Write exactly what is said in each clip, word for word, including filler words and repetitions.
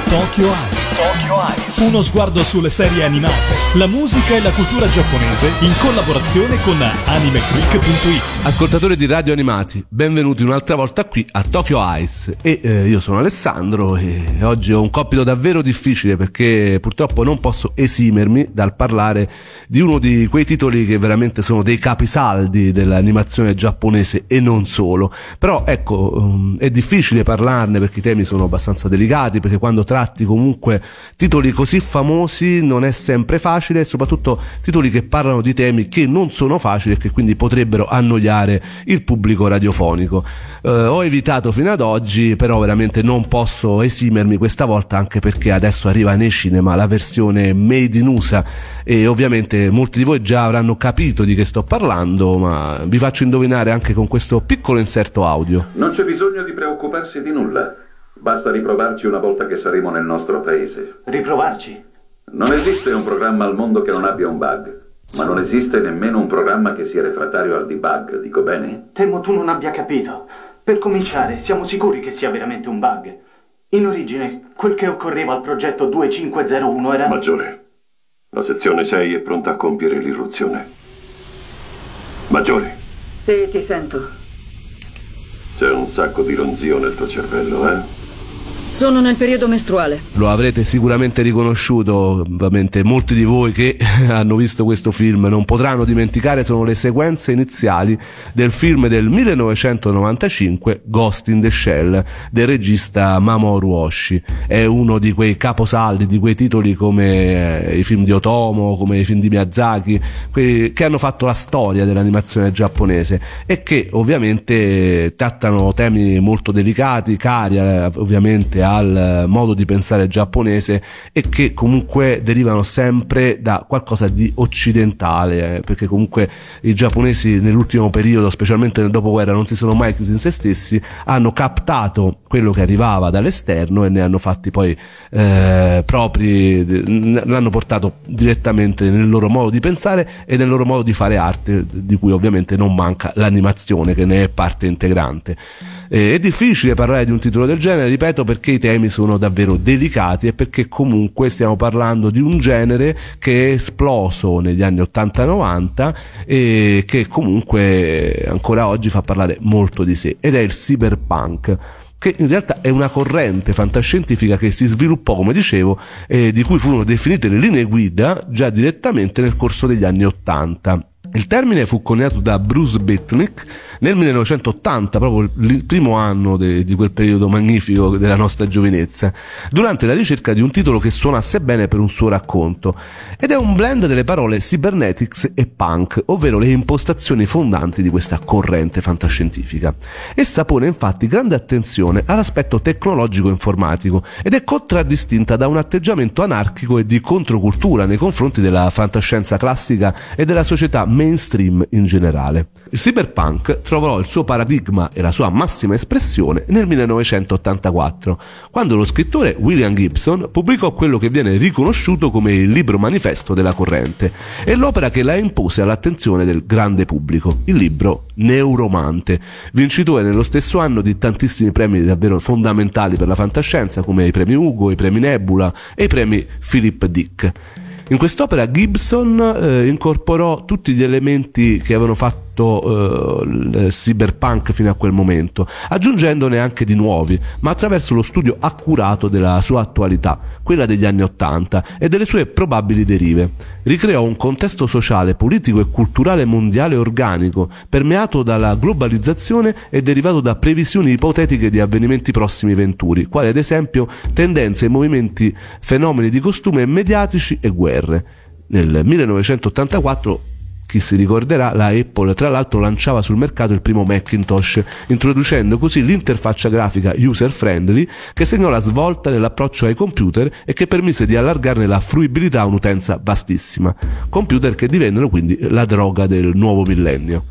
Tokyo Eyes. Tokyo Eyes. Uno sguardo sulle serie animate, la musica e la cultura giapponese in collaborazione con anime click punto it. Ascoltatori di Radio Animati, benvenuti un'altra volta qui a Tokyo Eyes. E eh, io sono Alessandro e oggi ho un compito davvero difficile perché purtroppo non posso esimermi dal parlare di uno di quei titoli che veramente sono dei capisaldi dell'animazione giapponese e non solo. Però ecco, um, è difficile parlarne perché i temi sono abbastanza delicati, perché quando tratti comunque titoli così famosi non è sempre facile, e soprattutto titoli che parlano di temi che non sono facili e che quindi potrebbero annoiare il pubblico radiofonico. Eh, ho evitato fino ad oggi, però veramente non posso esimermi questa volta, anche perché adesso arriva nei cinema la versione made in U S A e ovviamente molti di voi già avranno capito di che sto parlando, ma vi faccio indovinare anche con questo piccolo inserto audio. Non c'è bisogno di preoccuparsi di nulla. Basta riprovarci una volta che saremo nel nostro paese. Riprovarci? Non esiste un programma al mondo che non abbia un bug, ma non esiste nemmeno un programma che sia refrattario al debug, dico bene? Temo tu non abbia capito. Per cominciare, siamo sicuri che sia veramente un bug. In origine, quel che occorreva al progetto venticinque zero uno era... Maggiore, la sezione sei è pronta a compiere l'irruzione. Maggiore. Sì, ti sento. C'è un sacco di ronzio nel tuo cervello, eh? Sono nel periodo mestruale. Lo avrete sicuramente riconosciuto, ovviamente molti di voi che hanno visto questo film non potranno dimenticare, sono le sequenze iniziali del film del millenovecentonovantacinque Ghost in the Shell del regista Mamoru Oshii. È uno di quei caposaldi, di quei titoli come eh, i film di Otomo, come i film di Miyazaki, quelli che hanno fatto la storia dell'animazione giapponese e che ovviamente trattano temi molto delicati, cari eh, ovviamente al modo di pensare giapponese e che comunque derivano sempre da qualcosa di occidentale, eh, perché comunque i giapponesi nell'ultimo periodo, specialmente nel dopoguerra, non si sono mai chiusi in se stessi, hanno captato quello che arrivava dall'esterno e ne hanno fatti poi eh, propri, l'hanno portato direttamente nel loro modo di pensare e nel loro modo di fare arte, di cui ovviamente non manca l'animazione che ne è parte integrante. Eh, è difficile parlare di un titolo del genere, ripeto, perché i temi sono davvero delicati e perché comunque stiamo parlando di un genere che è esploso negli anni ottanta novanta e che comunque ancora oggi fa parlare molto di sé, ed è il cyberpunk, che in realtà è una corrente fantascientifica che si sviluppò, come dicevo, e di cui furono definite le linee guida già direttamente nel corso degli anni ottanta. Il termine fu coniato da Bruce Bitnick nel millenovecentottanta, proprio il primo anno de, di quel periodo magnifico della nostra giovinezza, durante la ricerca di un titolo che suonasse bene per un suo racconto, ed è un blend delle parole cybernetics e punk, ovvero le impostazioni fondanti di questa corrente fantascientifica. Essa pone infatti grande attenzione all'aspetto tecnologico informatico ed è contraddistinta da un atteggiamento anarchico e di controcultura nei confronti della fantascienza classica e della società mainstream in generale. Il cyberpunk trovò il suo paradigma e la sua massima espressione nel millenovecentottantaquattro, quando lo scrittore William Gibson pubblicò quello che viene riconosciuto come il libro manifesto della corrente e l'opera che la impose all'attenzione del grande pubblico, il libro Neuromante, vincitore nello stesso anno di tantissimi premi davvero fondamentali per la fantascienza, come i premi Hugo, i premi Nebula e i premi Philip Dick. In quest'opera Gibson eh, incorporò tutti gli elementi che avevano fatto eh, il cyberpunk fino a quel momento, aggiungendone anche di nuovi, ma attraverso lo studio accurato della sua attualità, quella degli anni Ottanta, e delle sue probabili derive. Ricreò un contesto sociale, politico e culturale mondiale organico, permeato dalla globalizzazione e derivato da previsioni ipotetiche di avvenimenti prossimi venturi, quali ad esempio tendenze, movimenti, fenomeni di costume mediatici e guerre. Nel millenovecentottantaquattro, chi si ricorderà, la Apple tra l'altro lanciava sul mercato il primo Macintosh, introducendo così l'interfaccia grafica user-friendly che segnò la svolta nell'approccio ai computer e che permise di allargarne la fruibilità a un'utenza vastissima. Computer che divennero quindi la droga del nuovo millennio.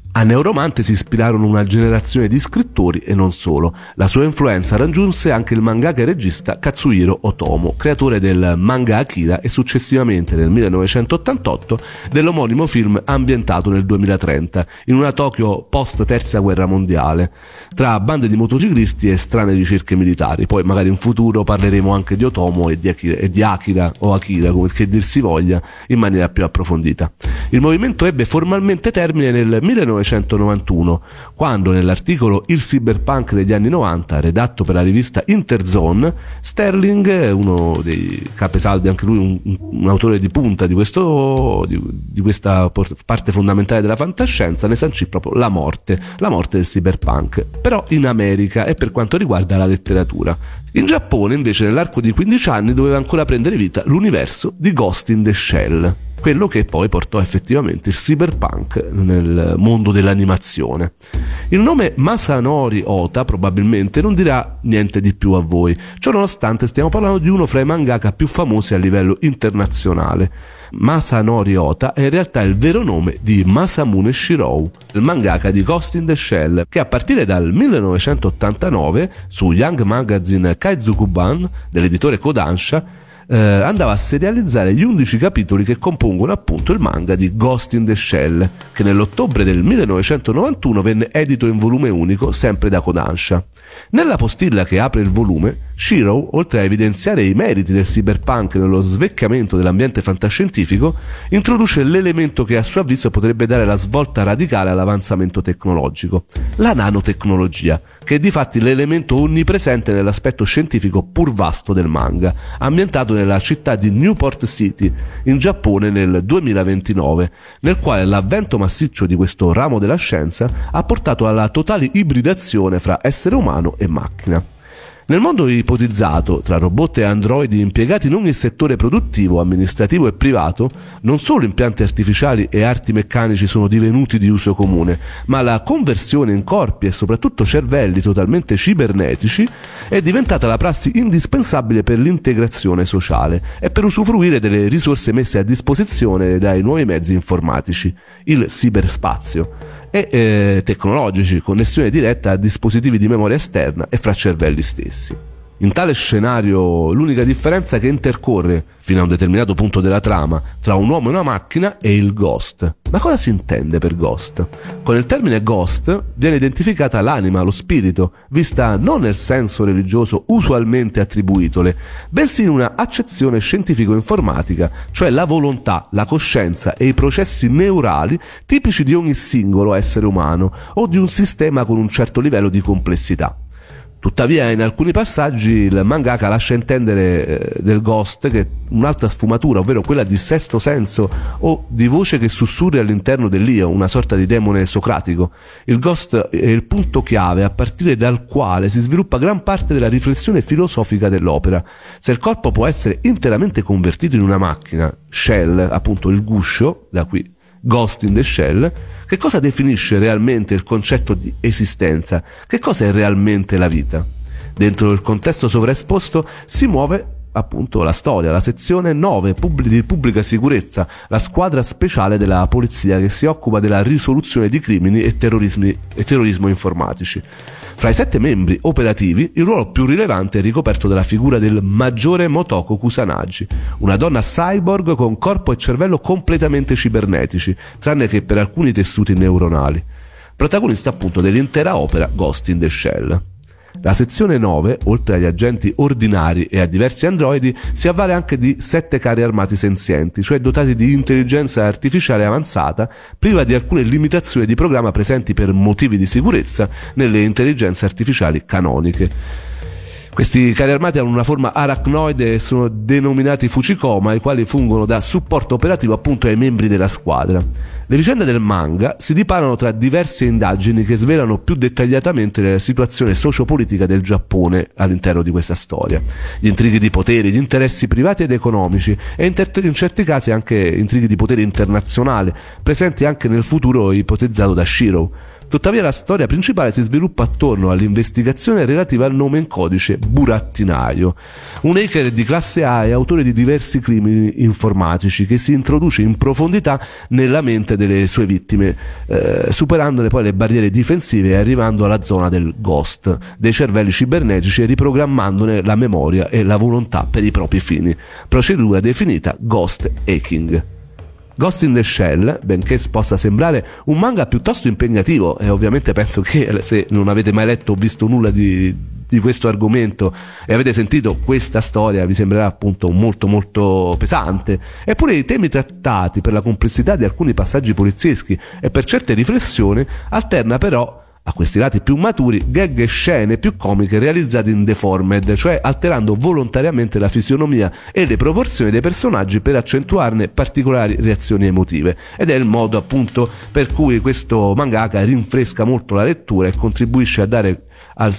A Neuromante si ispirarono una generazione di scrittori e non solo. La sua influenza raggiunse anche il mangaka e regista Katsuhiro Otomo, creatore del manga Akira e successivamente nel millenovecentottantotto dell'omonimo film ambientato nel duemilatrenta in una Tokyo post terza guerra mondiale, tra bande di motociclisti e strane ricerche militari. Poi magari in futuro parleremo anche di Otomo e di Akira, e di Akira o Akira, come che dir si voglia, in maniera più approfondita. Il movimento ebbe formalmente termine nel millenovecentonovantuno, quando nell'articolo Il cyberpunk degli anni novanta, redatto per la rivista Interzone, Sterling, uno dei capisaldi, anche lui un, un autore di punta di, questo, di, di questa parte fondamentale della fantascienza, ne sancì proprio la morte, la morte del cyberpunk, però in America e per quanto riguarda la letteratura. In Giappone, invece, nell'arco di quindici anni doveva ancora prendere vita l'universo di Ghost in the Shell, quello che poi portò effettivamente il cyberpunk nel mondo dell'animazione. Il nome Masanori Ota probabilmente non dirà niente di più a voi, ciò nonostante stiamo parlando di uno fra i mangaka più famosi a livello internazionale. Masanori Ota è in realtà il vero nome di Masamune Shirou, il mangaka di Ghost in the Shell, che a partire dal millenovecentottantanove su Young Magazine Kaizokuban dell'editore Kodansha Eh, andava a serializzare gli undici capitoli che compongono appunto il manga di Ghost in the Shell, che nell'ottobre del millenovecentonovantuno venne edito in volume unico sempre da Kodansha. Nella postilla che apre il volume, Shirou, oltre a evidenziare i meriti del cyberpunk nello svecchiamento dell'ambiente fantascientifico, introduce l'elemento che a suo avviso potrebbe dare la svolta radicale all'avanzamento tecnologico: la nanotecnologia, che è difatti l'elemento onnipresente nell'aspetto scientifico pur vasto del manga, ambientato nella città di Newport City, in Giappone nel duemilaventinove, nel quale l'avvento massiccio di questo ramo della scienza ha portato alla totale ibridazione fra essere umano e macchina. Nel mondo ipotizzato, tra robot e androidi impiegati in ogni settore produttivo, amministrativo e privato, non solo impianti artificiali e arti meccanici sono divenuti di uso comune, ma la conversione in corpi e soprattutto cervelli totalmente cibernetici è diventata la prassi indispensabile per l'integrazione sociale e per usufruire delle risorse messe a disposizione dai nuovi mezzi informatici, il ciberspazio, e eh, tecnologici, connessione diretta a dispositivi di memoria esterna e fra cervelli stessi. In tale scenario l'unica differenza che intercorre, fino a un determinato punto della trama, tra un uomo e una macchina è il ghost. Ma cosa si intende per ghost? Con il termine ghost viene identificata l'anima, lo spirito, vista non nel senso religioso usualmente attribuitole, bensì in una accezione scientifico-informatica, cioè la volontà, la coscienza e i processi neurali tipici di ogni singolo essere umano o di un sistema con un certo livello di complessità. Tuttavia, in alcuni passaggi il mangaka lascia intendere eh, del ghost che un'altra sfumatura, ovvero quella di sesto senso o di voce che sussurra all'interno dell'io, una sorta di demone socratico. Il ghost è il punto chiave a partire dal quale si sviluppa gran parte della riflessione filosofica dell'opera. Se il corpo può essere interamente convertito in una macchina, shell, appunto il guscio, da qui Ghost in the Shell, che cosa definisce realmente il concetto di esistenza? Che cosa è realmente la vita? Dentro il contesto sovraesposto si muove appunto la storia, la sezione nove di pubblica sicurezza, la squadra speciale della polizia che si occupa della risoluzione di crimini e, terrorismi, e terrorismo informatici. Fra i sette membri operativi, il ruolo più rilevante è ricoperto dalla figura del maggiore Motoko Kusanagi, una donna cyborg con corpo e cervello completamente cibernetici, tranne che per alcuni tessuti neuronali, protagonista appunto dell'intera opera Ghost in the Shell. La sezione nove, oltre agli agenti ordinari e a diversi androidi, si avvale anche di sette carri armati senzienti, cioè dotati di intelligenza artificiale avanzata, priva di alcune limitazioni di programma presenti per motivi di sicurezza nelle intelligenze artificiali canoniche. Questi carri armati hanno una forma aracnoide e sono denominati Fuchikoma, i quali fungono da supporto operativo appunto ai membri della squadra. Le vicende del manga si dipanano tra diverse indagini che svelano più dettagliatamente la situazione sociopolitica del Giappone all'interno di questa storia. Gli intrighi di potere, gli interessi privati ed economici e in, ter- in certi casi anche intrighi di potere internazionale, presenti anche nel futuro ipotizzato da Shirou. Tuttavia la storia principale si sviluppa attorno all'investigazione relativa al nome in codice burattinaio, un hacker di classe A e autore di diversi crimini informatici che si introduce in profondità nella mente delle sue vittime, eh, superandone poi le barriere difensive e arrivando alla zona del ghost, dei cervelli cibernetici, e riprogrammandone la memoria e la volontà per i propri fini, procedura definita ghost hacking. Ghost in the Shell, benché possa sembrare un manga piuttosto impegnativo, e ovviamente penso che se non avete mai letto o visto nulla di, di questo argomento e avete sentito questa storia vi sembrerà appunto molto molto pesante, eppure i temi trattati, per la complessità di alcuni passaggi polizieschi e per certe riflessioni, alterna però a questi lati più maturi gag e scene più comiche realizzate in deformed, cioè alterando volontariamente la fisionomia e le proporzioni dei personaggi per accentuarne particolari reazioni emotive, ed è il modo appunto per cui questo mangaka rinfresca molto la lettura e contribuisce a dare a,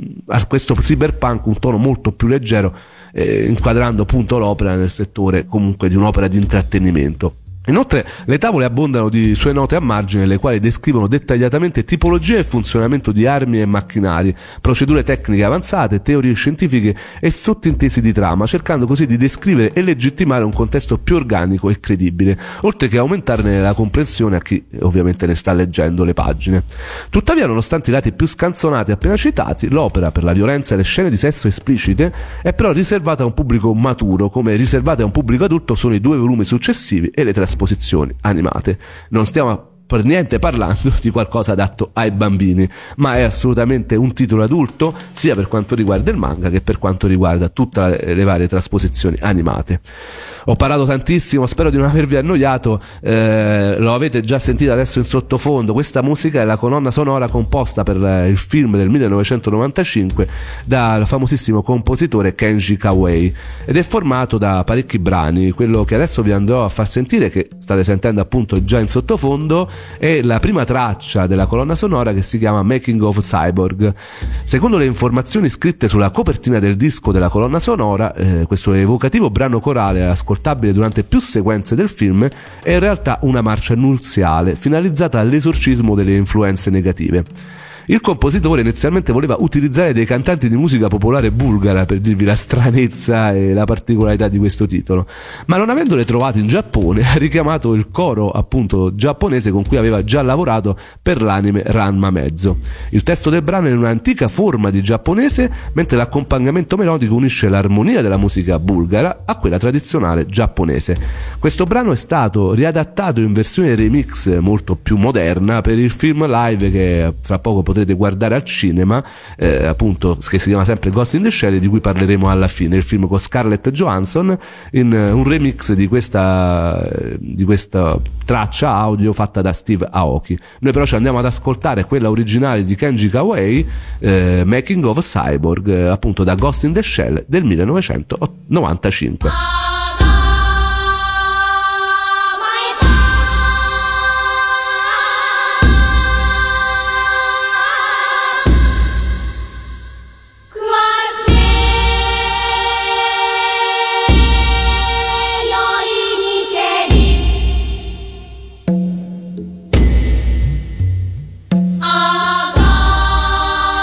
a questo cyberpunk un tono molto più leggero, eh, inquadrando appunto l'opera nel settore comunque di un'opera di intrattenimento. Inoltre le tavole abbondano di sue note a margine, le quali descrivono dettagliatamente tipologia e funzionamento di armi e macchinari, procedure tecniche avanzate, teorie scientifiche e sottintesi di trama, cercando così di descrivere e legittimare un contesto più organico e credibile, oltre che aumentarne la comprensione a chi ovviamente ne sta leggendo le pagine. Tuttavia, nonostante i lati più scanzonati appena citati, l'opera, per la violenza e le scene di sesso esplicite, è però riservata a un pubblico maturo, come riservate a un pubblico adulto sono i due volumi successivi e le trasposizioni animate. Non stiamo per niente parlando di qualcosa adatto ai bambini, ma è assolutamente un titolo adulto, sia per quanto riguarda il manga che per quanto riguarda tutte le varie trasposizioni animate. Ho parlato tantissimo, spero di non avervi annoiato, eh, lo avete già sentito adesso in sottofondo. Questa musica è la colonna sonora composta per il film del millenovecentonovantacinque dal famosissimo compositore Kenji Kawai, ed è formato da parecchi brani. Quello che adesso vi andrò a far sentire, che state sentendo appunto già in sottofondo, è la prima traccia della colonna sonora, che si chiama Making of Cyborg. Secondo le informazioni scritte sulla copertina del disco della colonna sonora, eh, questo evocativo brano corale ascoltabile durante più sequenze del film è in realtà una marcia nuziale finalizzata all'esorcismo delle influenze negative. Il compositore inizialmente voleva utilizzare dei cantanti di musica popolare bulgara, per dirvi la stranezza e la particolarità di questo titolo, ma non avendole trovati in Giappone ha richiamato il coro appunto giapponese con cui aveva già lavorato per l'anime Ranma Mezzo. Il testo del brano è in un'antica forma di giapponese, mentre l'accompagnamento melodico unisce l'armonia della musica bulgara a quella tradizionale giapponese. Questo brano è stato riadattato in versione remix molto più moderna per il film live che fra poco potrete guardare al cinema, eh, appunto, che si chiama sempre Ghost in the Shell, di cui parleremo alla fine, il film con Scarlett Johansson, in uh, un remix di questa di questa traccia audio fatta da Steve Aoki. Noi però ci andiamo ad ascoltare quella originale di Kenji Kawai, eh, Making of Cyborg, eh, appunto da Ghost in the Shell del millenovecentonovantacinque.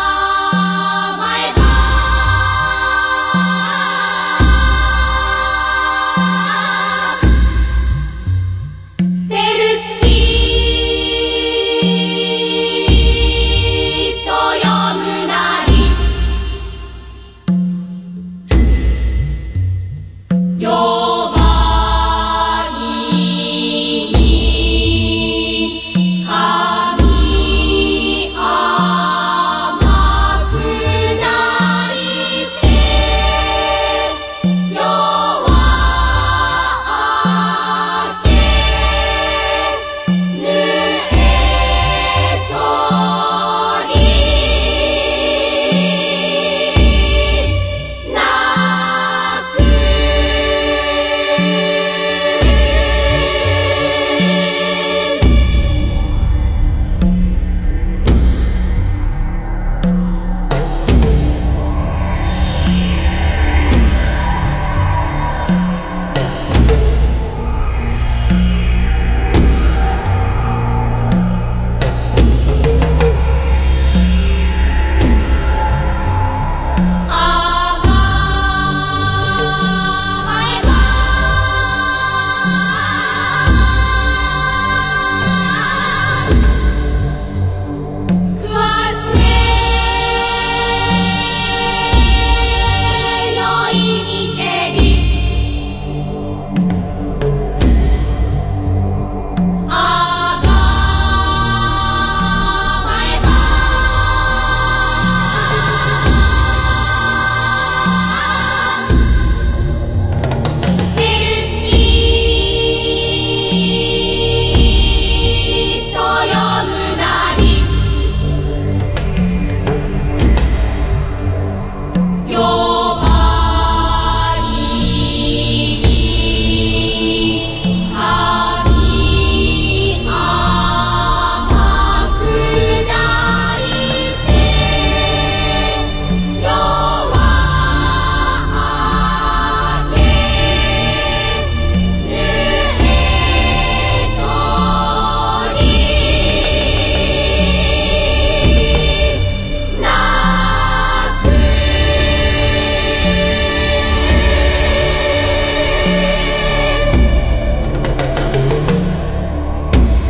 Bye.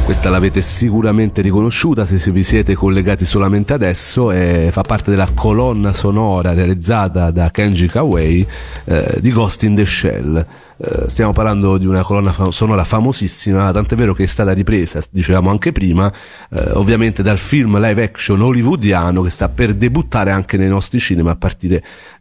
Questa l'avete sicuramente riconosciuta se vi siete collegati solamente adesso, e fa parte della colonna sonora realizzata da Kenji Kawai eh, di Ghost in the Shell. Eh, stiamo parlando di una colonna fa- sonora famosissima, tant'è vero che è stata ripresa, dicevamo anche prima, eh, ovviamente dal film live action hollywoodiano che sta per debuttare anche nei nostri cinema a partire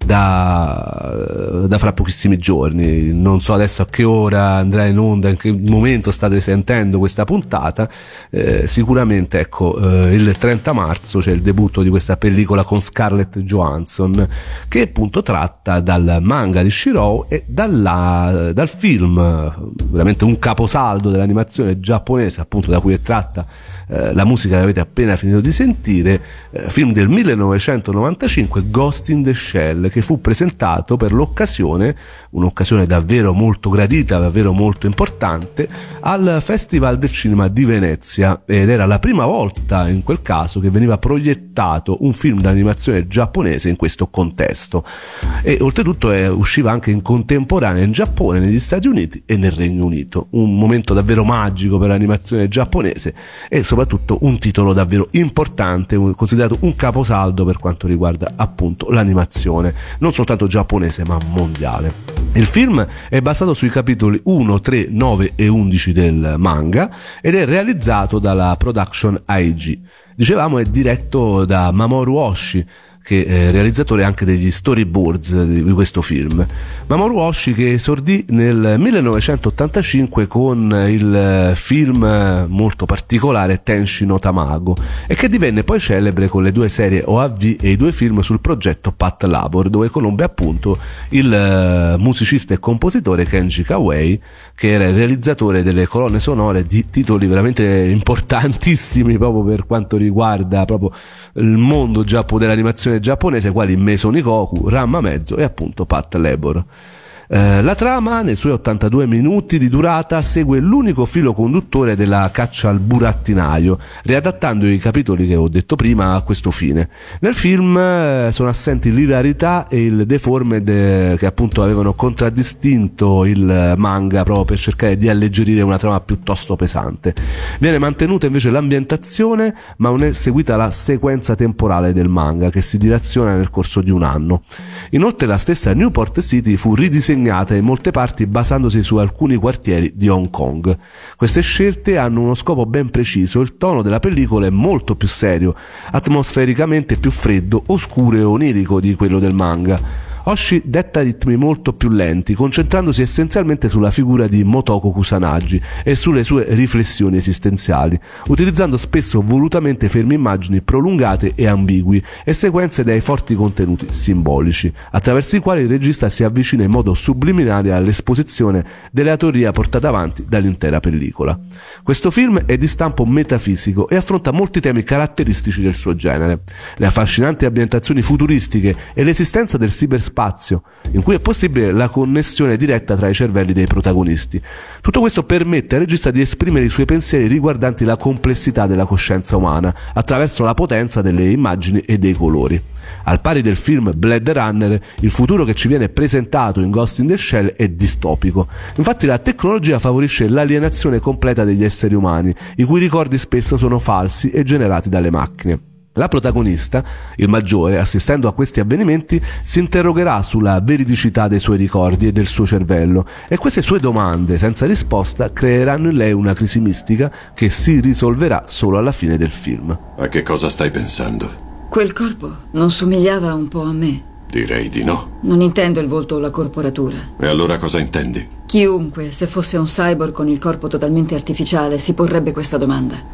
da, da fra pochissimi giorni. Non so adesso a che ora andrà in onda, in che momento state sentendo questa puntata. Eh, sicuramente ecco eh, il trenta marzo c'è il debutto di questa pellicola con Scarlett Johansson, che appunto tratta dal manga di Shirou e dalla dal film, veramente un caposaldo dell'animazione giapponese, appunto da cui è tratta eh, la musica che avete appena finito di sentire, eh, film del millenovecentonovantacinque, Ghost in the Shell, che fu presentato per l'occasione, un'occasione davvero molto gradita, davvero molto importante, al Festival del Cinema di Venezia, ed era la prima volta in quel caso che veniva proiettato un film d'animazione giapponese in questo contesto, e oltretutto eh, usciva anche in contemporanea in Giappone, negli Stati Uniti e nel Regno Unito. Un momento davvero magico per l'animazione giapponese e soprattutto un titolo davvero importante, considerato un caposaldo per quanto riguarda appunto l'animazione non soltanto giapponese ma mondiale. Il film è basato sui capitoli uno, tre, nove e undici del manga ed è realizzato dalla Production I G. Dicevamo è diretto da Mamoru Oshii, che è realizzatore anche degli storyboards di questo film. Mamoru Oshii, che esordì nel millenovecentottantacinque con il film molto particolare Tenshi no Tamago, e che divenne poi celebre con le due serie O A V e i due film sul progetto Pat Labor, dove conobbe appunto il musicista e compositore Kenji Kawai, che era il realizzatore delle colonne sonore di titoli veramente importantissimi proprio per quanto riguarda proprio il mondo giappo dell'animazione giapponese, quali Maison Ikkoku, Ranma Mezzo e appunto Pat Labor. Eh, la trama, nei suoi ottantadue minuti di durata, segue l'unico filo conduttore della caccia al burattinaio, riadattando i capitoli che ho detto prima a questo fine. Nel film eh, sono assenti l'ilarità e il deformed eh, che appunto avevano contraddistinto il manga proprio per cercare di alleggerire una trama piuttosto pesante. Viene mantenuta invece l'ambientazione, ma non è seguita la sequenza temporale del manga, che si dilaziona nel corso di un anno. Inoltre la stessa Newport City fu ridisegnata in molte parti basandosi su alcuni quartieri di Hong Kong. Queste scelte hanno uno scopo ben preciso: il tono della pellicola è molto più serio, atmosfericamente più freddo, oscuro e onirico di quello del manga. Oshii detta ritmi molto più lenti, concentrandosi essenzialmente sulla figura di Motoko Kusanagi e sulle sue riflessioni esistenziali, utilizzando spesso volutamente fermi immagini prolungate e ambigui e sequenze dai forti contenuti simbolici, attraverso i quali il regista si avvicina in modo subliminale all'esposizione della teoria portata avanti dall'intera pellicola. Questo film è di stampo metafisico e affronta molti temi caratteristici del suo genere: le affascinanti ambientazioni futuristiche e l'esistenza del cyberspazio, in cui è possibile la connessione diretta tra i cervelli dei protagonisti. Tutto questo permette al regista di esprimere i suoi pensieri riguardanti la complessità della coscienza umana attraverso la potenza delle immagini e dei colori. Al pari del film Blade Runner, il futuro che ci viene presentato in Ghost in the Shell è distopico. Infatti la tecnologia favorisce l'alienazione completa degli esseri umani, i cui ricordi spesso sono falsi e generati dalle macchine. La protagonista, il maggiore, assistendo a questi avvenimenti, si interrogherà sulla veridicità dei suoi ricordi e del suo cervello, e queste sue domande senza risposta creeranno in lei una crisi mistica che si risolverà solo alla fine del film. A che cosa stai pensando? Quel corpo non somigliava un po' a me? Direi di no. Non intendo il volto o la corporatura. E allora cosa intendi? Chiunque, se fosse un cyborg con il corpo totalmente artificiale, si porrebbe questa domanda.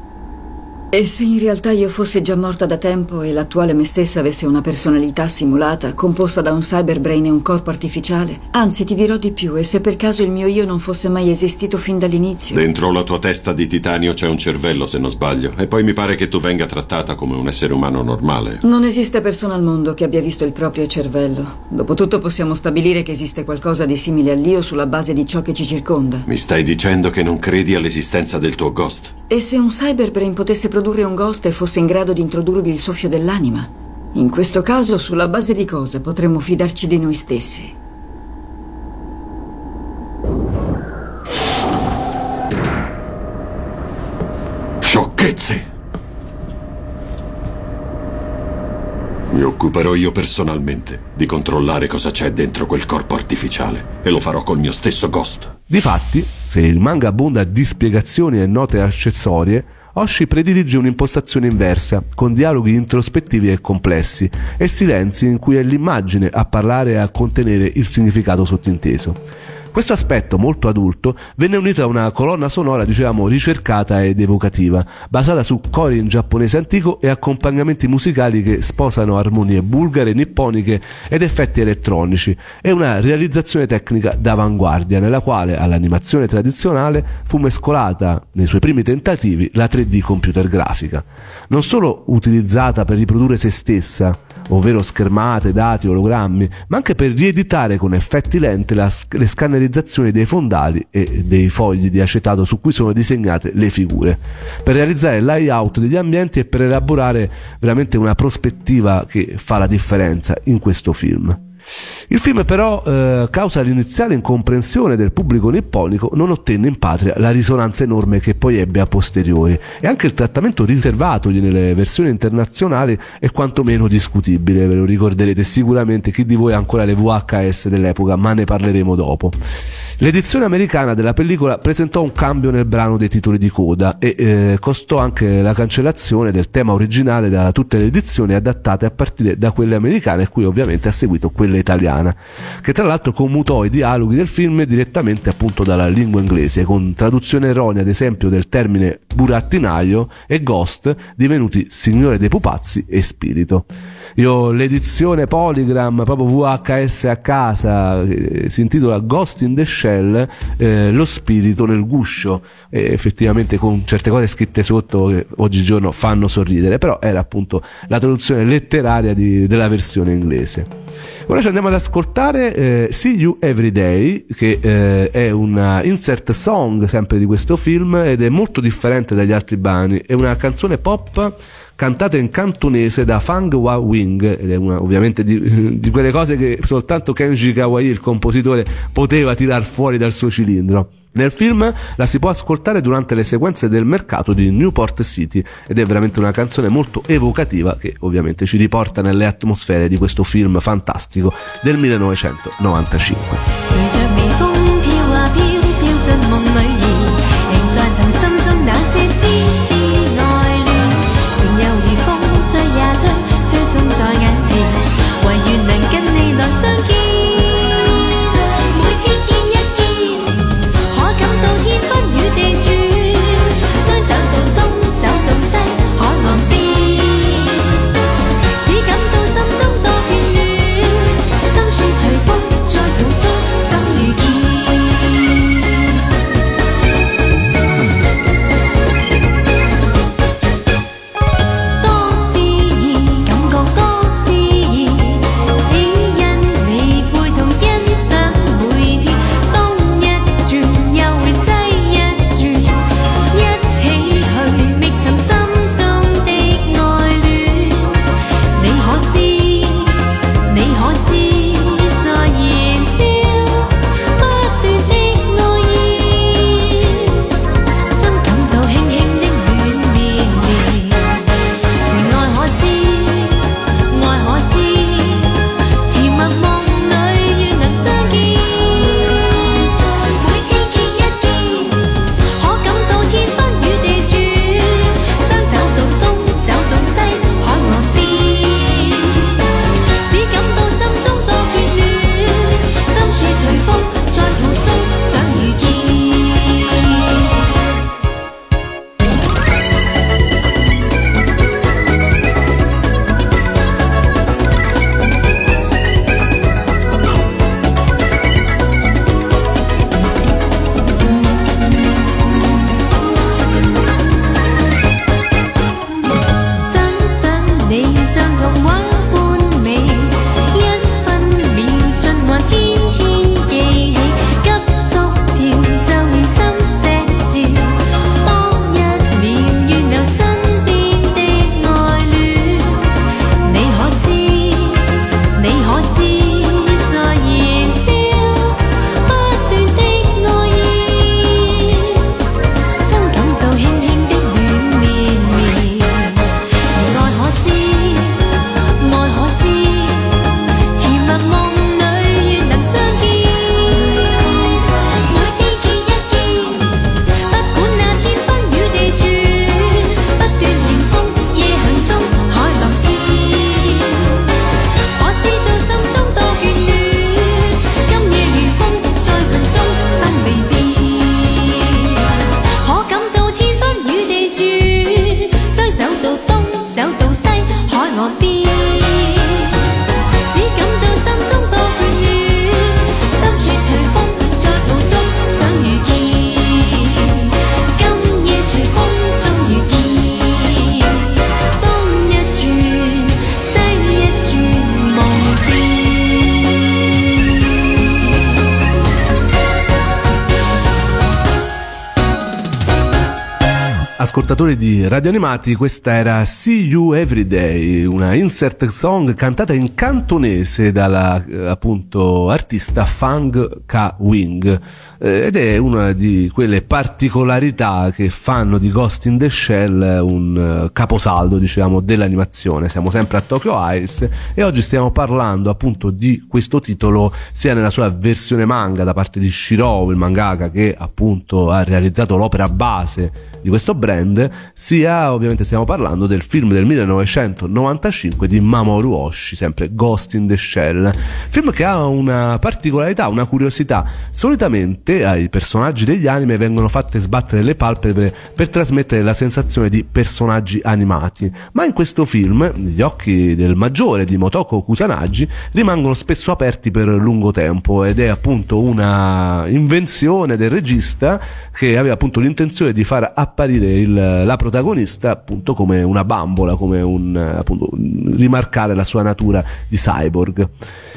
E se in realtà io fossi già morta da tempo e l'attuale me stessa avesse una personalità simulata, composta da un cyberbrain e un corpo artificiale? Anzi, ti dirò di più: e se per caso il mio io non fosse mai esistito fin dall'inizio? Dentro la tua testa di titanio c'è un cervello, se non sbaglio, e poi mi pare che tu venga trattata come un essere umano normale. Non esiste persona al mondo che abbia visto il proprio cervello. Dopotutto possiamo stabilire che esiste qualcosa di simile all'io sulla base di ciò che ci circonda. Mi stai dicendo che non credi all'esistenza del tuo ghost? E se un cyberbrain potesse produrre un ghost e fosse in grado di introdurvi il soffio dell'anima? In questo caso, sulla base di cosa potremmo fidarci di noi stessi? sciocchezze. Mi occuperò io personalmente di controllare cosa c'è dentro quel corpo artificiale e lo farò col mio stesso Ghost. Difatti, se il manga abbonda di spiegazioni e note accessorie, Oshii predilige un'impostazione inversa, con dialoghi introspettivi e complessi, e silenzi in cui è l'immagine a parlare e a contenere il significato sottinteso. Questo aspetto molto adulto venne unito a una colonna sonora, dicevamo, ricercata ed evocativa, basata su cori in giapponese antico e accompagnamenti musicali che sposano armonie bulgare, nipponiche ed effetti elettronici, e una realizzazione tecnica d'avanguardia nella quale all'animazione tradizionale fu mescolata, nei suoi primi tentativi, la tre D computer grafica. Non solo utilizzata per riprodurre se stessa, ovvero schermate, dati, ologrammi, ma anche per rieditare con effetti lenti la, le scannerizzazioni dei fondali e dei fogli di acetato su cui sono disegnate le figure, per realizzare il layout degli ambienti e per elaborare veramente una prospettiva che fa la differenza in questo film. Il film però, eh, causa l'iniziale incomprensione del pubblico nipponico, non ottenne in patria la risonanza enorme che poi ebbe a posteriori, e anche il trattamento riservatogli nelle versioni internazionali è quantomeno discutibile. Ve lo ricorderete sicuramente, chi di voi ha ancora le V H S dell'epoca, ma ne parleremo dopo. L'edizione americana della pellicola presentò un cambio nel brano dei titoli di coda e eh, costò anche la cancellazione del tema originale da tutte le edizioni adattate a partire da quelle americane, a cui ovviamente ha seguito quella italiana, che tra l'altro commutò i dialoghi del film direttamente appunto dalla lingua inglese, con traduzione erronea ad esempio del termine burattinaio e ghost divenuti signore dei pupazzi e spirito. Io l'edizione Polygram, proprio V H S a casa, eh, si intitola Ghost in the Shell, eh, lo spirito nel guscio, e effettivamente con certe cose scritte sotto che oggigiorno fanno sorridere, però era appunto la traduzione letteraria di, della versione inglese. Ora ci andiamo ad ascoltare eh, See You Every Day, che eh, è una insert song sempre di questo film ed è molto differente dagli altri brani. È una canzone pop cantata in cantonese da Fang Hua Wing, ed è una ovviamente di, di quelle cose che soltanto Kenji Kawai, il compositore, poteva tirar fuori dal suo cilindro. Nel film la si può ascoltare durante le sequenze del mercato di Newport City ed è veramente una canzone molto evocativa che ovviamente ci riporta nelle atmosfere di questo film fantastico del millenovecentonovantacinque. Ascoltatori di Radio Animati, questa era See You Every Day, una insert song cantata in cantonese dalla appunto artista Fang Ka Wing, eh, ed è una di quelle particolarità che fanno di Ghost in the Shell un uh, caposaldo, diciamo, dell'animazione. Siamo sempre a Tokyo Eyes e oggi stiamo parlando appunto di questo titolo sia nella sua versione manga da parte di Shirou, il mangaka che appunto ha realizzato l'opera base di questo brand, sia ovviamente stiamo parlando del film del millenovecentonovantacinque di Mamoru Oshii, sempre Ghost in the Shell, film che ha una particolarità, una curiosità. Solitamente ai personaggi degli anime vengono fatte sbattere le palpebre per trasmettere la sensazione di personaggi animati, ma in questo film gli occhi del maggiore di Motoko Kusanagi rimangono spesso aperti per lungo tempo, ed è appunto una invenzione del regista che aveva appunto l'intenzione di far apparire il, la protagonista appunto come una bambola, come un appunto rimarcare la sua natura di cyborg.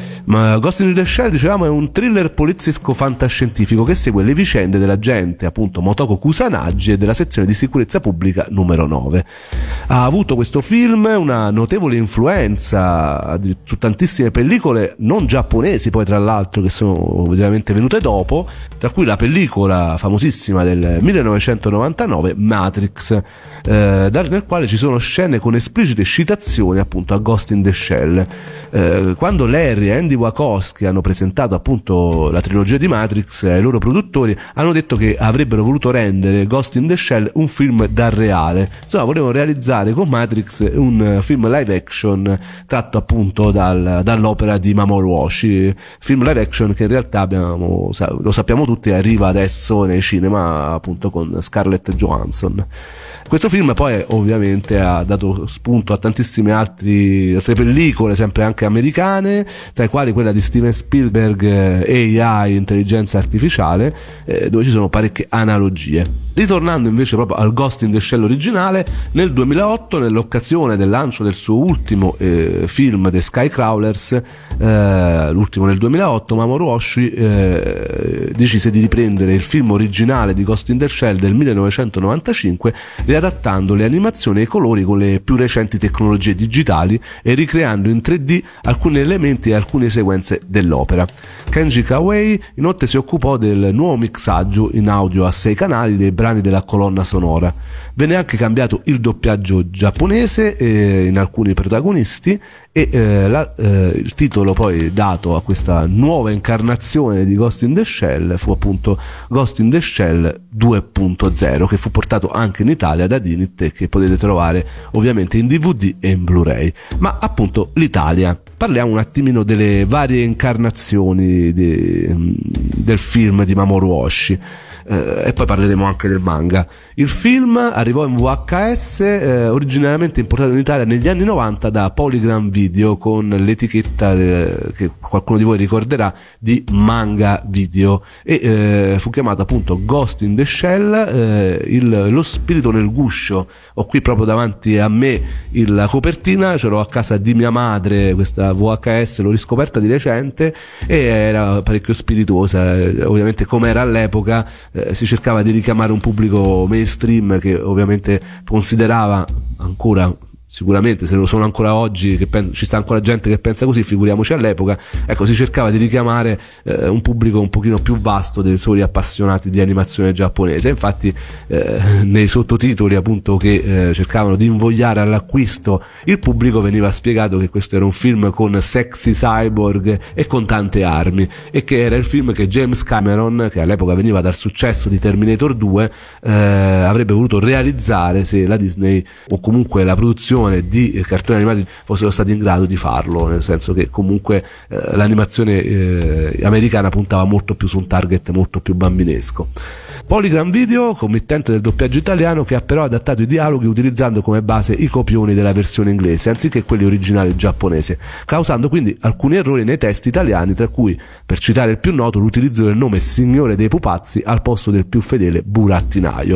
Ma Ghost in the Shell, dicevamo, è un thriller poliziesco fantascientifico che segue le vicende dell'agente appunto Motoko Kusanagi e della sezione di sicurezza pubblica numero nove. Ha avuto questo film una notevole influenza su tantissime pellicole non giapponesi, poi tra l'altro, che sono ovviamente venute dopo, tra cui la pellicola famosissima del millenovecentonovantanove Matrix, eh, nel quale ci sono scene con esplicite citazioni appunto a Ghost in the Shell. Eh, quando Larry e Andy Wachowski hanno presentato appunto la trilogia di Matrix ai loro produttori, hanno detto che avrebbero voluto rendere Ghost in the Shell un film da reale, insomma volevano realizzare con Matrix un film live action tratto appunto dal, dall'opera di Mamoru Oshii, film live action che in realtà abbiamo, lo sappiamo tutti, arriva adesso nei cinema appunto con Scarlett Johansson. Questo film poi ovviamente ha dato spunto a tantissime altri, altre pellicole sempre anche americane, tra i quali quella di Steven Spielberg, eh, A I, intelligenza artificiale, eh, dove ci sono parecchie analogie. Ritornando invece proprio al Ghost in the Shell originale, nel duemilaotto, nell'occasione del lancio del suo ultimo eh, film The Skycrawlers, eh, l'ultimo nel duemilaotto, Mamoru Oshii eh, decise di riprendere il film originale di Ghost in the Shell del millenovecentonovantacinque, riadattando le animazioni e i colori con le più recenti tecnologie digitali e ricreando in tre D alcuni elementi e alcune sequenze dell'opera. Kenji Kawei inoltre si occupò del nuovo mixaggio in audio a sei canali dei brani della colonna sonora. Venne anche cambiato il doppiaggio giapponese eh, in alcuni protagonisti e eh, la, eh, il titolo poi dato a questa nuova incarnazione di Ghost in the Shell fu appunto Ghost in the Shell due punto zero, che fu portato anche in Italia da Dinit e che potete trovare ovviamente in D V D e in Blu-ray. Ma appunto l'Italia, parliamo un attimino delle varie incarnazioni di, del film di Mamoru Oshii. Eh, e poi parleremo anche del manga. Il film arrivò in V H S, eh, originariamente importato in Italia negli anni novanta da Polygram Video, con l'etichetta eh, che qualcuno di voi ricorderà di Manga Video, e eh, fu chiamato appunto Ghost in the Shell, eh, il, lo spirito nel guscio. Ho qui proprio davanti a me il, la copertina, ce l'ho a casa di mia madre, questa V H S l'ho riscoperta di recente e era parecchio spiritosa, eh, ovviamente come era all'epoca. Eh, si cercava di richiamare un pubblico mainstream che ovviamente considerava ancora, sicuramente se lo sono ancora oggi, che pen- ci sta ancora gente che pensa così, figuriamoci all'epoca. Ecco, si cercava di richiamare eh, un pubblico un pochino più vasto dei soli appassionati di animazione giapponese. Infatti eh, nei sottotitoli appunto che eh, cercavano di invogliare all'acquisto il pubblico veniva spiegato che questo era un film con sexy cyborg e con tante armi, e che era il film che James Cameron, che all'epoca veniva dal successo di Terminator due, eh, avrebbe voluto realizzare se la Disney o comunque la produzione di cartoni animati fossero stati in grado di farlo, nel senso che comunque eh, l'animazione eh, americana puntava molto più su un target molto più bambinesco. Polygram Video, committente del doppiaggio italiano, che ha però adattato i dialoghi utilizzando come base i copioni della versione inglese anziché quelli originali giapponese, causando quindi alcuni errori nei testi italiani, tra cui, per citare il più noto, l'utilizzo del nome Signore dei Pupazzi al posto del più fedele burattinaio.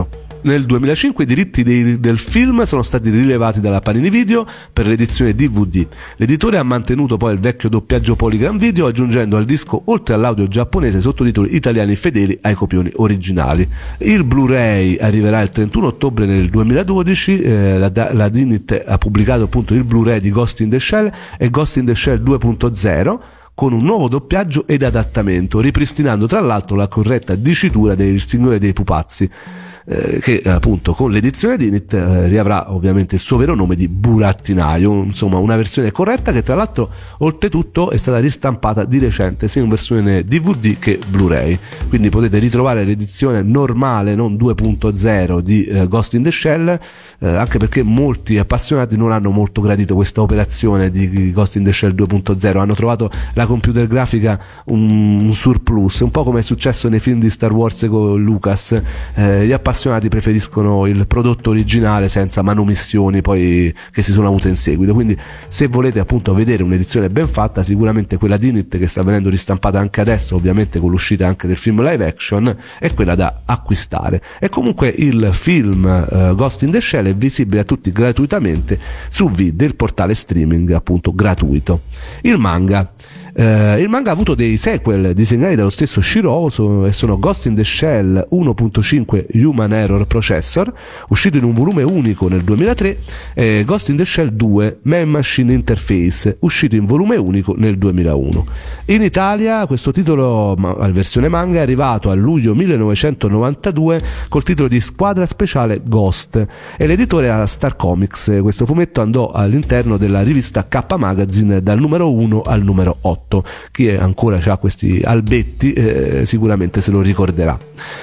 Nel duemilacinque i diritti dei, del film sono stati rilevati dalla Panini Video per l'edizione D V D. L'editore ha mantenuto poi il vecchio doppiaggio Polygram Video, aggiungendo al disco, oltre all'audio giapponese, sottotitoli italiani fedeli ai copioni originali. Il Blu-ray arriverà il trentuno ottobre nel duemiladodici. eh, la, la Dinit ha pubblicato appunto il Blu-ray di Ghost in the Shell e Ghost in the Shell due punto zero, con un nuovo doppiaggio ed adattamento, ripristinando tra l'altro la corretta dicitura del Signore dei Pupazzi, eh, che appunto con l'edizione Dinit eh, riavrà ovviamente il suo vero nome di Burattinaio, insomma una versione corretta che tra l'altro oltretutto è stata ristampata di recente sia in versione D V D che Blu-ray, quindi potete ritrovare l'edizione normale, non due punto zero, di eh, Ghost in the Shell, eh, anche perché molti appassionati non hanno molto gradito questa operazione di Ghost in the Shell due punto zero, hanno trovato la computer grafica un, un surplus, un po' come è successo nei film di Star Wars con Lucas. eh, gli appassionati preferiscono il prodotto originale senza manomissioni poi che si sono avute in seguito, quindi se volete appunto vedere un'edizione ben fatta, sicuramente quella Dinit, che sta venendo ristampata anche adesso ovviamente con l'uscita anche del film live action, è quella da acquistare. E comunque il film uh, Ghost in the Shell è visibile a tutti gratuitamente su Vid, il portale streaming appunto gratuito. Il manga Uh, il manga ha avuto dei sequel disegnati dallo stesso Shiro so, e sono Ghost in the Shell uno punto cinque Human Error Processor, uscito in un volume unico nel duemilatré, e Ghost in the Shell due Man Machine Interface, uscito in volume unico nel duemilauno. In Italia questo titolo, la versione manga, è arrivato a luglio millenovecentonovantadue col titolo di Squadra Speciale Ghost, e l'editore era Star Comics. Questo fumetto andò all'interno della rivista K Magazine dal numero uno al numero otto. Chi ancora ha questi albetti eh, sicuramente se lo ricorderà.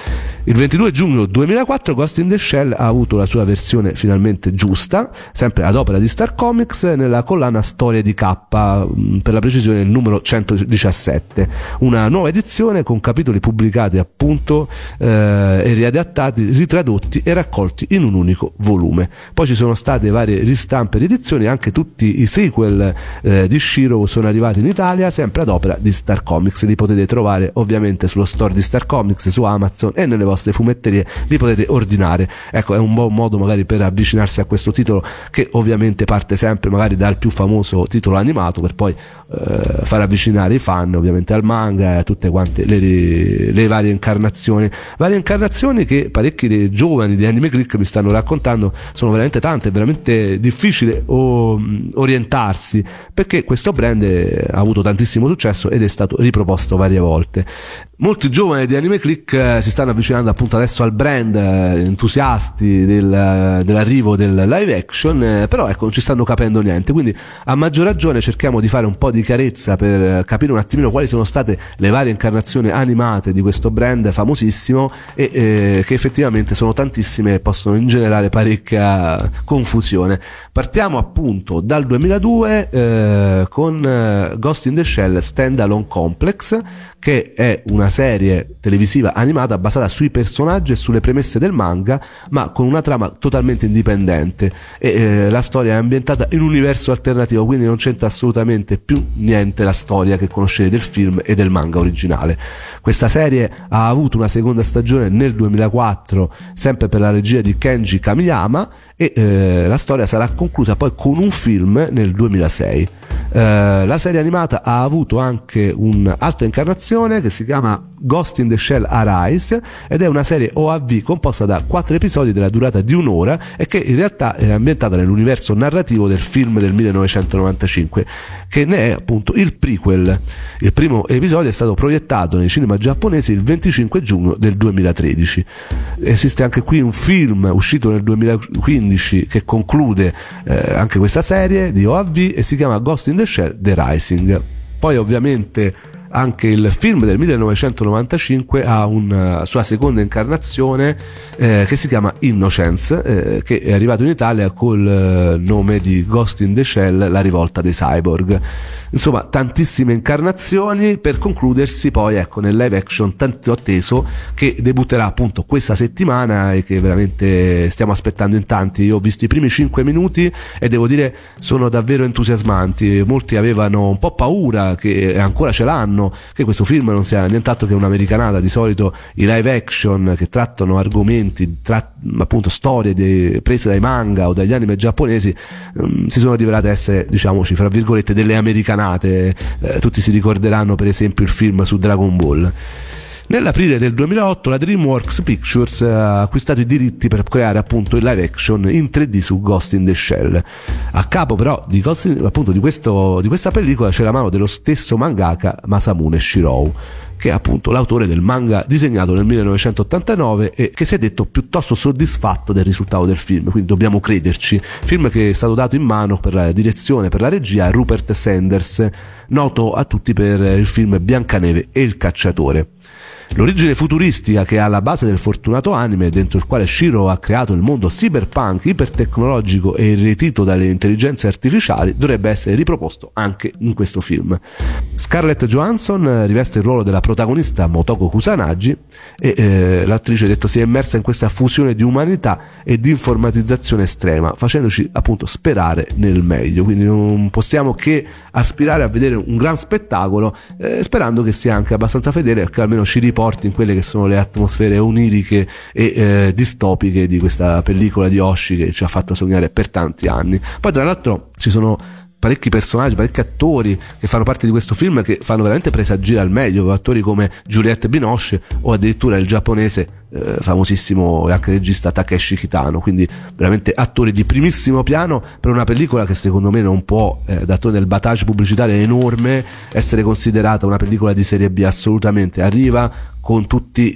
Il ventidue giugno duemilaquattro Ghost in the Shell ha avuto la sua versione finalmente giusta, sempre ad opera di Star Comics, nella collana Storie di K, per la precisione il numero centodiciassette, una nuova edizione con capitoli pubblicati appunto eh, e riadattati, ritradotti e raccolti in un unico volume. Poi ci sono state varie ristampe ed edizioni, anche tutti i sequel eh, di Shiro sono arrivati in Italia sempre ad opera di Star Comics. Li potete trovare ovviamente sullo store di Star Comics, su Amazon e nelle vostre fumetterie, li potete ordinare. Ecco, è un buon modo magari per avvicinarsi a questo titolo, che ovviamente parte sempre magari dal più famoso titolo animato, per poi eh, far avvicinare i fan ovviamente al manga e a tutte quante le, le varie incarnazioni varie incarnazioni che parecchi dei giovani di Anime Click mi stanno raccontando. Sono veramente tante, è veramente difficile o, orientarsi, perché questo brand ha avuto tantissimo successo ed è stato riproposto varie volte. Molti giovani di Anime Click eh, si stanno avvicinando appunto adesso al brand, eh, entusiasti del, dell'arrivo del live action, eh, però ecco, non ci stanno capendo niente, quindi a maggior ragione cerchiamo di fare un po' di chiarezza per capire un attimino quali sono state le varie incarnazioni animate di questo brand famosissimo e eh, che effettivamente sono tantissime e possono ingenerare parecchia confusione. Partiamo appunto dal duemiladue eh, con eh, Ghost in the Shell Standalone Complex, che è una serie televisiva animata basata sui personaggi e sulle premesse del manga, ma con una trama totalmente indipendente, e eh, la storia è ambientata in un universo alternativo, quindi non c'entra assolutamente più niente la storia che conoscete del film e del manga originale. Questa serie ha avuto una seconda stagione nel duemilaquattro, sempre per la regia di Kenji Kamiyama, e eh, la storia sarà conclusa poi con un film nel duemilasei. Eh, la serie animata ha avuto anche un'altra incarnazione che si chiama Ghost in the Shell Arise, ed è una serie O A V composta da quattro episodi della durata di un'ora e che in realtà è ambientata nell'universo narrativo del film del millenovecentonovantacinque, che ne è appunto il prequel. Il primo episodio è stato proiettato nei cinema giapponesi il venticinque giugno del duemilatredici. Esiste anche qui un film uscito nel duemilaquindici che conclude eh, anche questa serie di O A V e si chiama Ghost in the Shell The Rising. Poi ovviamente anche il film del millenovecentonovantacinque ha una sua seconda incarnazione eh, che si chiama Innocence, eh, che è arrivato in Italia col nome di Ghost in the Shell La rivolta dei cyborg. insomma tantissime incarnazioni, per concludersi poi ecco nel live action tanto atteso che debutterà appunto questa settimana e che veramente stiamo aspettando in tanti. Io ho visto i primi cinque minuti e devo dire sono davvero entusiasmanti. Molti avevano un po' paura, che ancora ce l'hanno, che questo film non sia nient'altro che un'americanata. Di solito i live action che trattano argomenti, tra, appunto storie de, prese dai manga o dagli anime giapponesi um, si sono rivelate essere, diciamoci fra virgolette, delle americanate. Eh, tutti si ricorderanno per esempio il film su Dragon Ball. Nell'aprile del duemilaotto la DreamWorks Pictures ha acquistato i diritti per creare appunto il live action in tre D su Ghost in the Shell. A capo però di, Ghost in, appunto, di, questo, di questa pellicola c'è la mano dello stesso mangaka Masamune Shirow, che è appunto l'autore del manga disegnato nel millenovecentottantanove e che si è detto piuttosto soddisfatto del risultato del film, quindi dobbiamo crederci. Film che è stato dato in mano per la direzione, per la regia a Rupert Sanders, noto a tutti per il film Biancaneve e il cacciatore. L'origine futuristica che è alla base del fortunato anime, dentro il quale Shiro ha creato il mondo cyberpunk, ipertecnologico e irretito dalle intelligenze artificiali, dovrebbe essere riproposto anche in questo film. Scarlett Johansson riveste il ruolo della protagonista Motoko Kusanagi e eh, l'attrice, detto, si è immersa in questa fusione di umanità e di informatizzazione estrema, facendoci appunto sperare nel meglio. Quindi non possiamo che aspirare a vedere un gran spettacolo, eh, sperando che sia anche abbastanza fedele, che almeno ci riporti in quelle che sono le atmosfere oniriche e eh, distopiche di questa pellicola di Oshii che ci ha fatto sognare per tanti anni. Poi tra l'altro ci sono parecchi personaggi, parecchi attori che fanno parte di questo film che fanno veramente presagire al meglio, attori come Juliette Binoche o addirittura il giapponese eh, famosissimo e anche regista Takeshi Kitano, quindi veramente attori di primissimo piano per una pellicola che secondo me non può, eh, d'altronde il battage pubblicitario è enorme, essere considerata una pellicola di serie B. Assolutamente arriva con tutti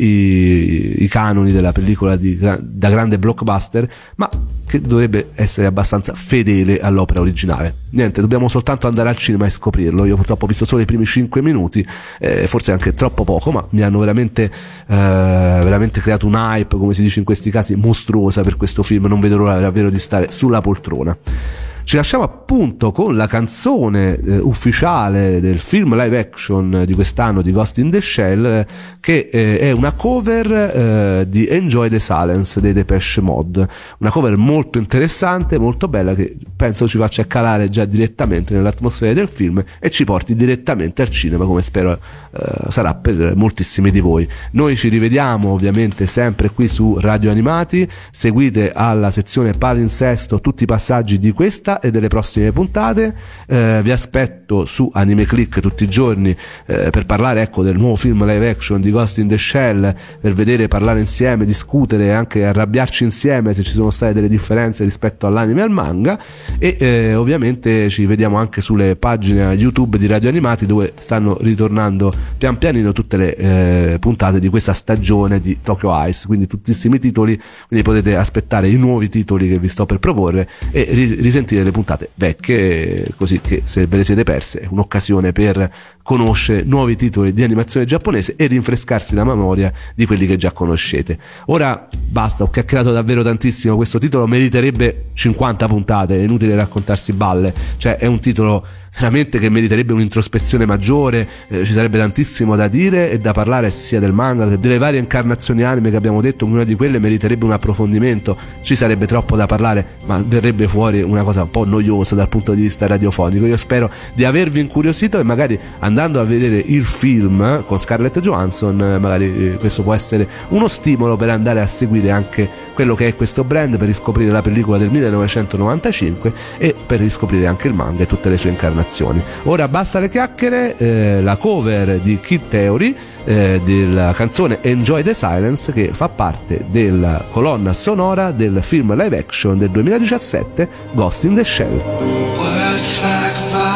i, i canoni della pellicola di, da grande blockbuster, ma che dovrebbe essere abbastanza fedele all'opera originale. Niente, dobbiamo soltanto andare al cinema e scoprirlo. Io purtroppo ho visto solo i primi cinque minuti, eh, forse anche troppo poco, ma mi hanno veramente eh, veramente creato un hype, come si dice in questi casi, mostruosa per questo film. Non vedo l'ora davvero di stare sulla poltrona. Ci lasciamo appunto con la canzone eh, ufficiale del film live action di quest'anno di Ghost in the Shell, eh, che eh, è una cover eh, di Enjoy the Silence dei Depeche Mode, una cover molto interessante, molto bella, che penso ci faccia calare già direttamente nell'atmosfera del film e ci porti direttamente al cinema, come spero eh, sarà per moltissimi di voi. Noi ci rivediamo ovviamente sempre qui su Radio Animati, seguite alla sezione palinsesto tutti i passaggi di questa e delle prossime puntate. Eh, vi aspetto su Anime Click tutti i giorni eh, per parlare ecco del nuovo film live action di Ghost in the Shell, per vedere, parlare insieme, discutere e anche arrabbiarci insieme se ci sono state delle differenze rispetto all'anime e al manga. E eh, ovviamente ci vediamo anche sulle pagine YouTube di Radio Animati, dove stanno ritornando pian pianino tutte le eh, puntate di questa stagione di Tokyo Ice, quindi tuttissimi titoli, quindi potete aspettare i nuovi titoli che vi sto per proporre e risentire le puntate vecchie, così che se ve le siete perse è un'occasione per conoscere nuovi titoli di animazione giapponese e rinfrescarsi la memoria di quelli che già conoscete. Ora basta, ho chiacchierato davvero tantissimo, questo titolo meriterebbe cinquanta puntate, è inutile raccontarsi balle, cioè è un titolo veramente che meriterebbe un'introspezione maggiore, eh, ci sarebbe tantissimo da dire e da parlare sia del manga che delle varie incarnazioni anime che abbiamo detto, ognuna di quelle meriterebbe un approfondimento, ci sarebbe troppo da parlare, ma verrebbe fuori una cosa un po' noiosa dal punto di vista radiofonico. Io spero di avervi incuriosito e magari andando a vedere il film con Scarlett Johansson, magari questo può essere uno stimolo per andare a seguire anche quello che è questo brand, per riscoprire la pellicola del millenovecentonovantacinque e per riscoprire anche il manga e tutte le sue incarnazioni. Ora basta le chiacchiere, eh, la cover di Kid Theory eh, della canzone Enjoy the Silence, che fa parte della colonna sonora del film live action del duemiladiciassette Ghost in the Shell. Words like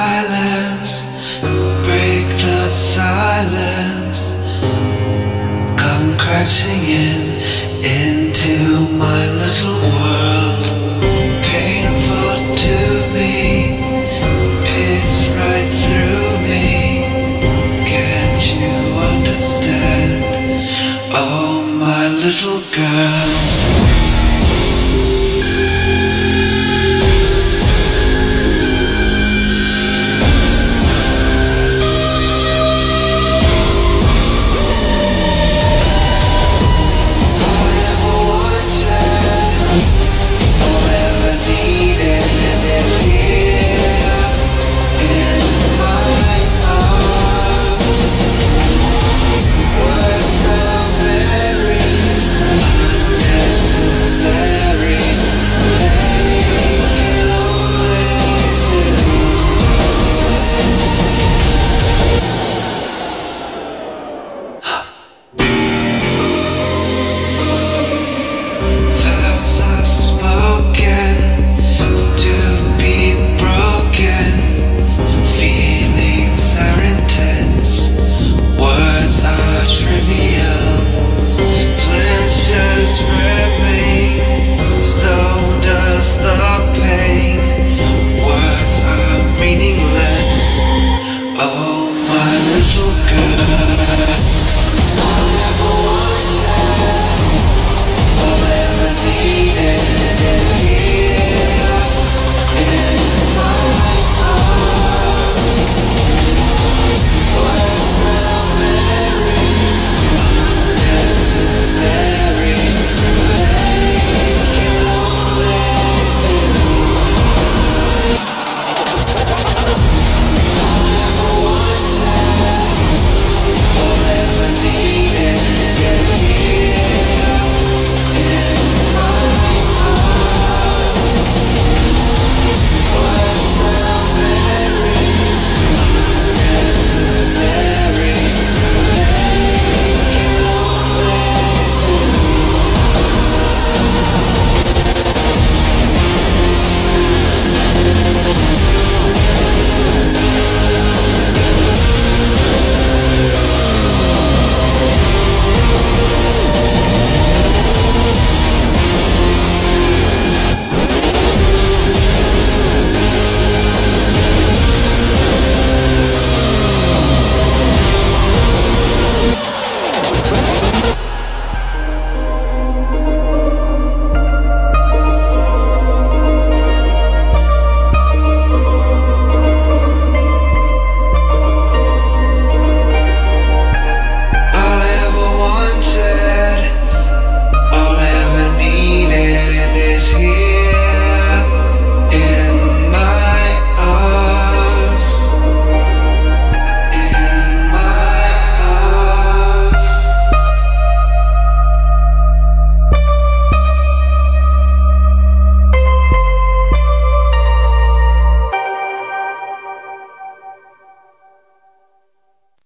violence break the silence, come crashing in into my little world, painful to